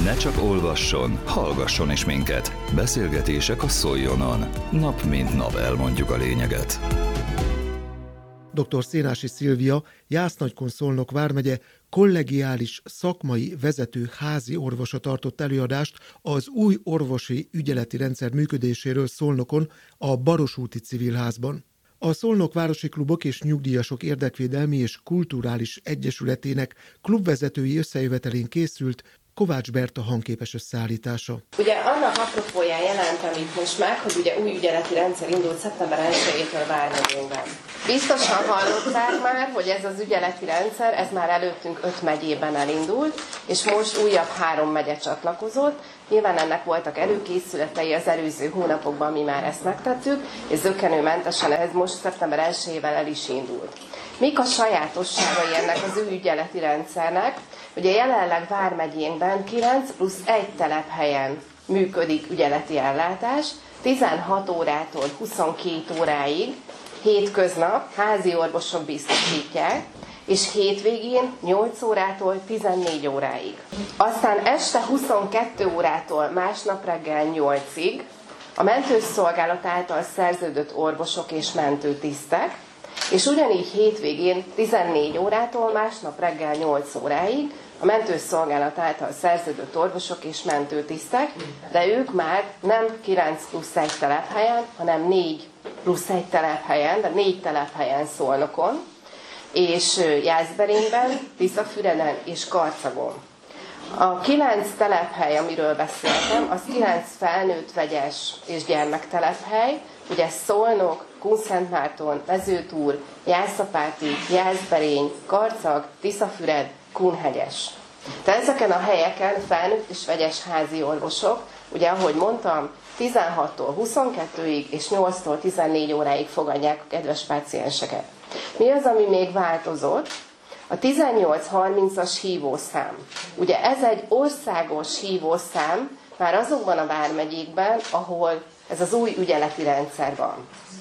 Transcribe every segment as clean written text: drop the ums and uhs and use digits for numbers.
Ne csak olvasson, hallgasson is minket. Beszélgetések a Szoljonon. Nap mint nap elmondjuk a lényeget. Dr. Szénási Szilvia, Jász-Nagykun-Szolnok vármegye kollegiális szakmai vezető házi orvosa tartott előadást az új orvosi ügyeleti rendszer működéséről Szolnokon, a Barosúti Civilházban. A Szolnok Városi Klubok és Nyugdíjasok Érdekvédelmi és Kulturális Egyesületének klubvezetői összejövetelén készült Kovács Berta hangképes összeállítása. Ugye annak apropóján jelentem itt most meg, hogy ugye új ügyeleti rendszer indult szeptember 1-től vármegyénkben. Biztosan hallották már, hogy ez az ügyeleti rendszer, ez már előttünk 5 megyében elindult, és most újabb 3 megye csatlakozott. Nyilván ennek voltak előkészületei az előző hónapokban, mi már ezt megtettük, és zökkenőmentesen ez most szeptember 1-ével el is indult. Mik a sajátosságai ennek az új ügyeleti rendszernek? Ugye jelenleg vármegyénkben 9+1 telephelyen működik ügyeleti ellátás, 16 órától 22 óráig, hétköznap házi orvosok biztosítják, és hétvégén 8 órától 14 óráig. Aztán este 22 órától másnap reggel 8-ig a mentőszolgálat által szerződött orvosok és mentőtisztek, és ugyanígy hétvégén 14 órától másnap reggel 8 óráig a mentőszolgálat által szerződött orvosok és mentőtisztek, de ők már nem 9+1 telephelyen, hanem 4+1 telephelyen, de 4 telephelyen Szolnokon, és Jászberényben, Tiszafüreden és Karcagon. A 9 telephely, amiről beszéltem, az 9 felnőtt, vegyes és gyermektelephely, ugye Szolnok, Kunszentmárton, Mezőtúr, Jászapáti, Jászberény, Karcag, Tiszafüred, Kunhegyes. Tehát ezeken a helyeken felnőtt és vegyes házi orvosok, ugye ahogy mondtam, 16-tól 22-ig és 8-tól 14 óráig fogadják a kedves pácienseket. Mi az, ami még változott? A 1830-as hívószám. Ugye ez egy országos hívószám már azokban a vármegyékben, ahol ez az új ügyeleti rendszer van.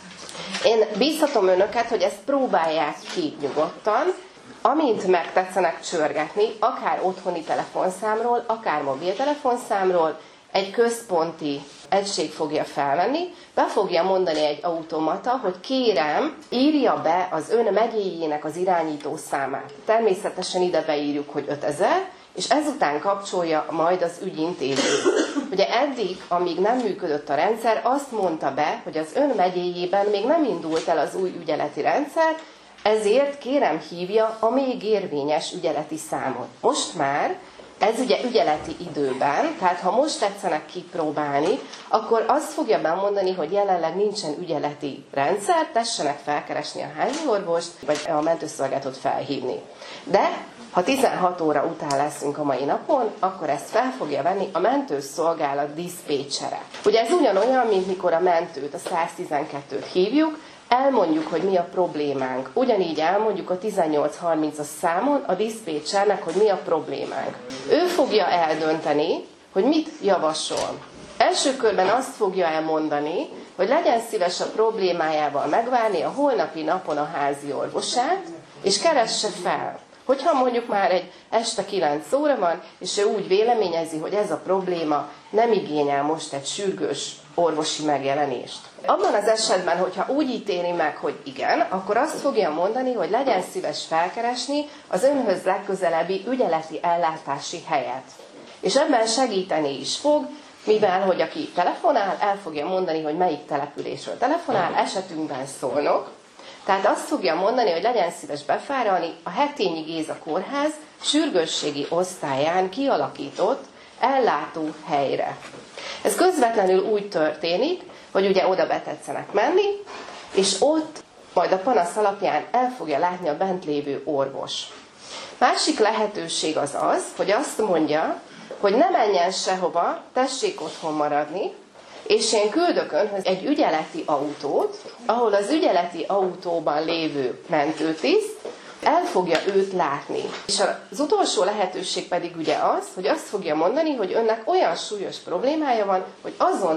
Én bíztatom önöket, hogy ezt próbálják ki nyugodtan, amint megtetszenek csörgetni, akár otthoni telefonszámról, akár mobiltelefonszámról, egy központi egység fogja felvenni, be fogja mondani egy automata, hogy kérem, írja be az ön megyéjének az irányító számát. Természetesen ide beírjuk, hogy 5000, és ezután kapcsolja majd az ügyintézőt. Ugye eddig, amíg nem működött a rendszer, azt mondta be, hogy az ön megyéjében még nem indult el az új ügyeleti rendszer, ezért kérem hívja a még érvényes ügyeleti számot. Most már ez ugye ügyeleti időben, tehát ha most tetszenek kipróbálni, akkor azt fogja bemondani, hogy jelenleg nincsen ügyeleti rendszer, tessenek felkeresni a házi orvost, vagy a mentőszolgálatot felhívni. De ha 16 óra után leszünk a mai napon, akkor ezt fel fogja venni a mentőszolgálat diszpécsere. Ugye ez ugyanolyan, mint mikor a mentőt, a 112-t hívjuk, elmondjuk, hogy mi a problémánk. Ugyanígy elmondjuk a 1830-as számon a diszpécsernek, hogy mi a problémánk. Ő fogja eldönteni, hogy mit javasol. Első körben azt fogja elmondani, hogy legyen szíves a problémájával megvárni a holnapi napon a házi orvosát, és keresse fel. Hogyha mondjuk már egy este 9 óra van, és ő úgy véleményezi, hogy ez a probléma nem igényel most egy sürgős orvosi megjelenést. Abban az esetben, hogyha úgy ítéli meg, hogy igen, akkor azt fogja mondani, hogy legyen szíves felkeresni az önhöz legközelebbi ügyeleti ellátási helyet. És ebben segíteni is fog, mivel, hogy aki telefonál, el fogja mondani, hogy melyik településről telefonál, esetünkben Szolnok. Tehát azt fogja mondani, hogy legyen szíves befáradni a Hetényi Géza kórház sürgősségi osztályán kialakított ellátó helyre. Ez közvetlenül úgy történik, hogy ugye oda betetszenek menni, és ott majd a panasz alapján el fogja látni a bent lévő orvos. Másik lehetőség az az, hogy azt mondja, hogy ne menjen sehova, tessék otthon maradni, és én küldök önhöz egy ügyeleti autót, ahol az ügyeleti autóban lévő mentőtiszt el fogja őt látni. És az utolsó lehetőség pedig ugye az, hogy azt fogja mondani, hogy önnek olyan súlyos problémája van, hogy azonnal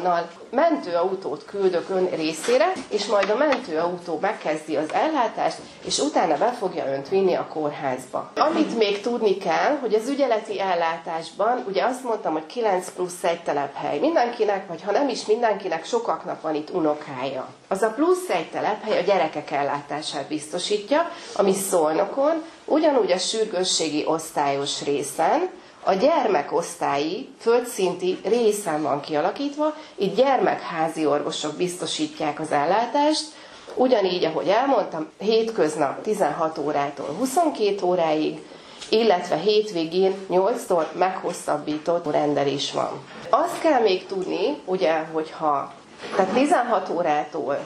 mentőautót küldök ön részére, és majd a mentőautó megkezdi az ellátást, és utána be fogja önt vinni a kórházba. Amit még tudni kell, hogy az ügyeleti ellátásban, ugye azt mondtam, hogy 9+1 telephely. Mindenkinek, vagy ha nem is mindenkinek, sokaknak van itt unokája. Az a +1 telephely a gyerekek ellátását biztosítja, ami Szolnokon, ugyanúgy a sürgősségi osztályos részen, a gyermekosztályi, földszinti részen van kialakítva, itt gyermekházi orvosok biztosítják az ellátást, ugyanígy, ahogy elmondtam, hétköznap 16 órától 22 óráig, illetve hétvégén 8-tól meghosszabbított rendelés van. Azt kell még tudni, ugye, hogyha tehát 16 órától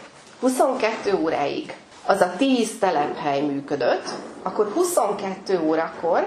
22 óráig az a 10 telephely működött, akkor 22 órakor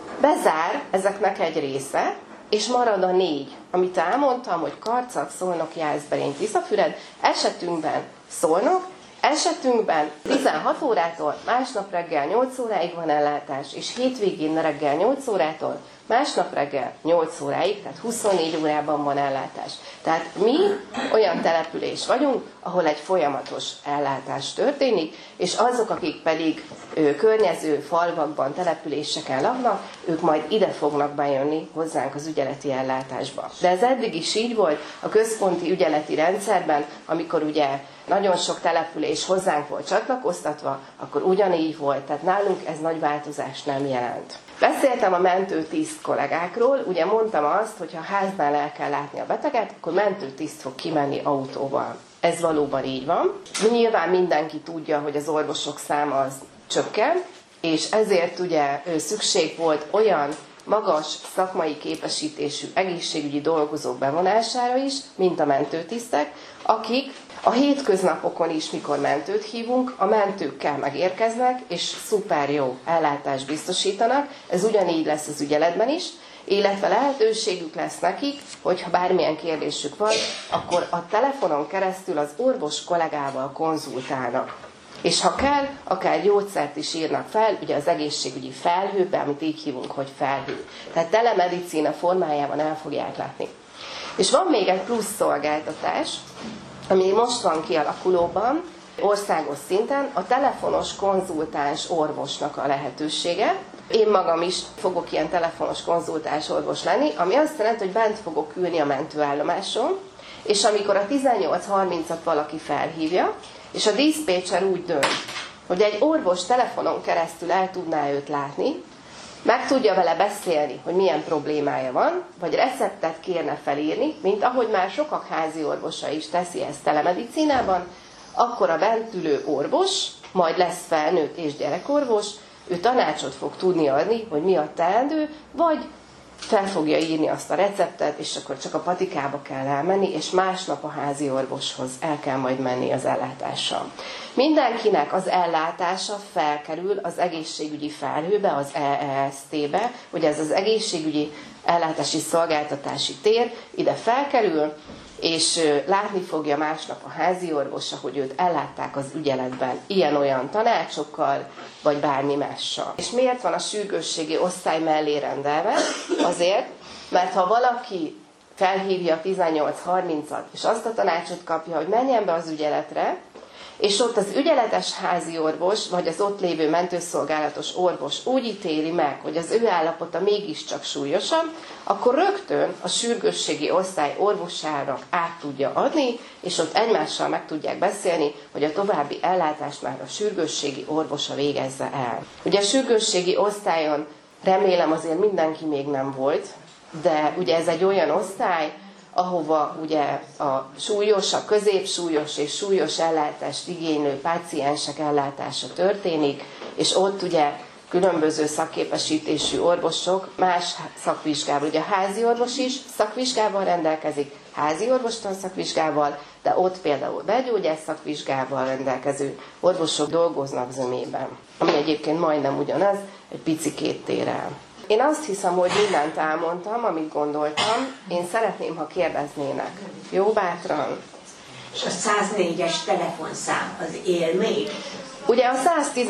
bezár ezeknek egy része, és marad a 4, amit elmondtam, hogy Karcag, Szolnok, Jászberény, Tiszafüred, esetünkben Szolnok, esetünkben 16 órától másnap reggel 8 óráig van ellátás, és hétvégén reggel 8 órától másnap reggel 8 óráig, tehát 24 órában van ellátás. Tehát mi olyan település vagyunk, ahol egy folyamatos ellátás történik, és azok, akik pedig környező falvakban, településeken laknak, ők majd ide fognak bejönni hozzánk az ügyeleti ellátásba. De ez eddig is így volt a központi ügyeleti rendszerben, amikor ugye nagyon sok település hozzánk volt csatlakoztatva, akkor ugyanígy volt, tehát nálunk ez nagy változást nem jelent. Beszéltem a mentőtiszt kollégákról, ugye mondtam azt, hogy ha háznál el kell látni a beteget, akkor mentőtiszt fog kimenni autóval. Ez valóban így van. Nyilván mindenki tudja, hogy az orvosok száma az csökken, és ezért ugye szükség volt olyan magas szakmai képesítésű egészségügyi dolgozók bevonására is, mint a mentőtisztek, akik a hétköznapokon is, mikor mentőt hívunk, a mentőkkel megérkeznek, és szuper jó ellátást biztosítanak. Ez ugyanígy lesz az ügyeletben is, illetve lehetőségük lesz nekik, hogyha bármilyen kérdésük van, akkor a telefonon keresztül az orvos kollégával konzultálnak. És ha kell, akár gyógyszert is írnak fel, ugye az egészségügyi felhőbe, amit így hívunk, hogy felhő. Tehát telemedicína formájában el fogják látni. És van még egy plusz szolgáltatás, ami most van kialakulóban, országos szinten, a telefonos konzultáns orvosnak a lehetősége. Én magam is fogok ilyen telefonos konzultáns orvos lenni, ami azt jelenti, hogy bent fogok ülni a mentőállomáson, és amikor a 18:30-at valaki felhívja, és a diszpécser úgy dönt, hogy egy orvos telefonon keresztül el tudná őt látni, meg tudja vele beszélni, hogy milyen problémája van, vagy receptet kérne felírni, mint ahogy már sokak házi orvosa is teszi ezt telemedicinában, akkor a bent ülő orvos, majd lesz felnőtt és gyerekorvos, ő tanácsot fog tudni adni, hogy mi a teendő, vagy fel fogja írni azt a receptet, és akkor csak a patikába kell elmenni, és másnap a házi orvoshoz el kell majd menni az ellátással. Mindenkinek az ellátása felkerül az egészségügyi felhőbe, az EEST-be, ugye ez az egészségügyi ellátási szolgáltatási tér, ide felkerül, és látni fogja másnap a házi orvosa, hogy őt ellátták az ügyeletben ilyen-olyan tanácsokkal, vagy bármi mással. És miért van a sürgősségi osztály mellé rendelve? Azért, mert ha valaki felhívja a 18:30-at, és azt a tanácsot kapja, hogy menjen be az ügyeletre, és ott az ügyeletes házi orvos, vagy az ott lévő mentőszolgálatos orvos úgy ítéli meg, hogy az ő állapota mégiscsak súlyosabb, akkor rögtön a sürgősségi osztály orvosának át tudja adni, és ott egymással meg tudják beszélni, hogy a további ellátást már a sürgősségi orvosa végezze el. Ugye a sürgősségi osztályon remélem azért mindenki még nem volt, de ugye ez egy olyan osztály, ahova ugye a súlyos, a középsúlyos és súlyos ellátást igénylő páciensek ellátása történik, és ott ugye különböző szakképesítésű orvosok más szakvizsgával, ugye a házi orvos is szakvizsgával rendelkezik, házi orvostan szakvizsgával, de ott például belgyógyász szakvizsgával rendelkező orvosok dolgoznak zömében, ami egyébként majdnem ugyanaz, egy picikét tér el. Én azt hiszem, hogy mindent elmondtam, amit gondoltam. Én szeretném, ha kérdeznének. Jó, bátran? És a 104-es telefonszám az él még? Ugye a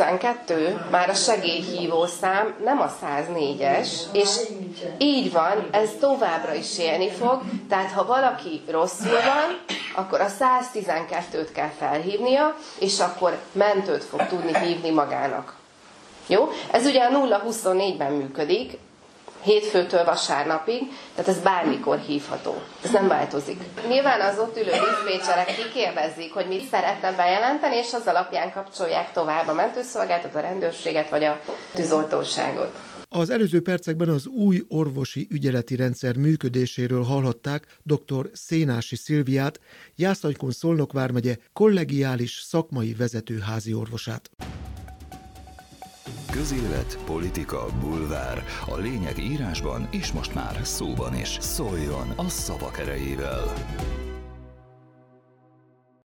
112 már a segélyhívó szám, nem a 104-es, és így van, ez továbbra is élni fog, tehát ha valaki rosszul van, akkor a 112-t kell felhívnia, és akkor mentőt fog tudni hívni magának. Jó? Ez ugye a 0-24-ben működik, hétfőtől vasárnapig, tehát ez bármikor hívható. Ez nem változik. Nyilván az ott ülő diszpécserek kikérdezik, hogy mit szeretne bejelenteni, és az alapján kapcsolják tovább a mentőszolgálatot, a rendőrséget vagy a tűzoltóságot. Az előző percekben az új orvosi ügyeleti rendszer működéséről hallhatták dr. Szénási Szilviát, Jászlánykun-Szolnok vármegye kollegiális szakmai vezető háziorvosát. Közélet, politika, bulvár. A lényeg írásban és most már szóban is. Szóljon a szavak erejével!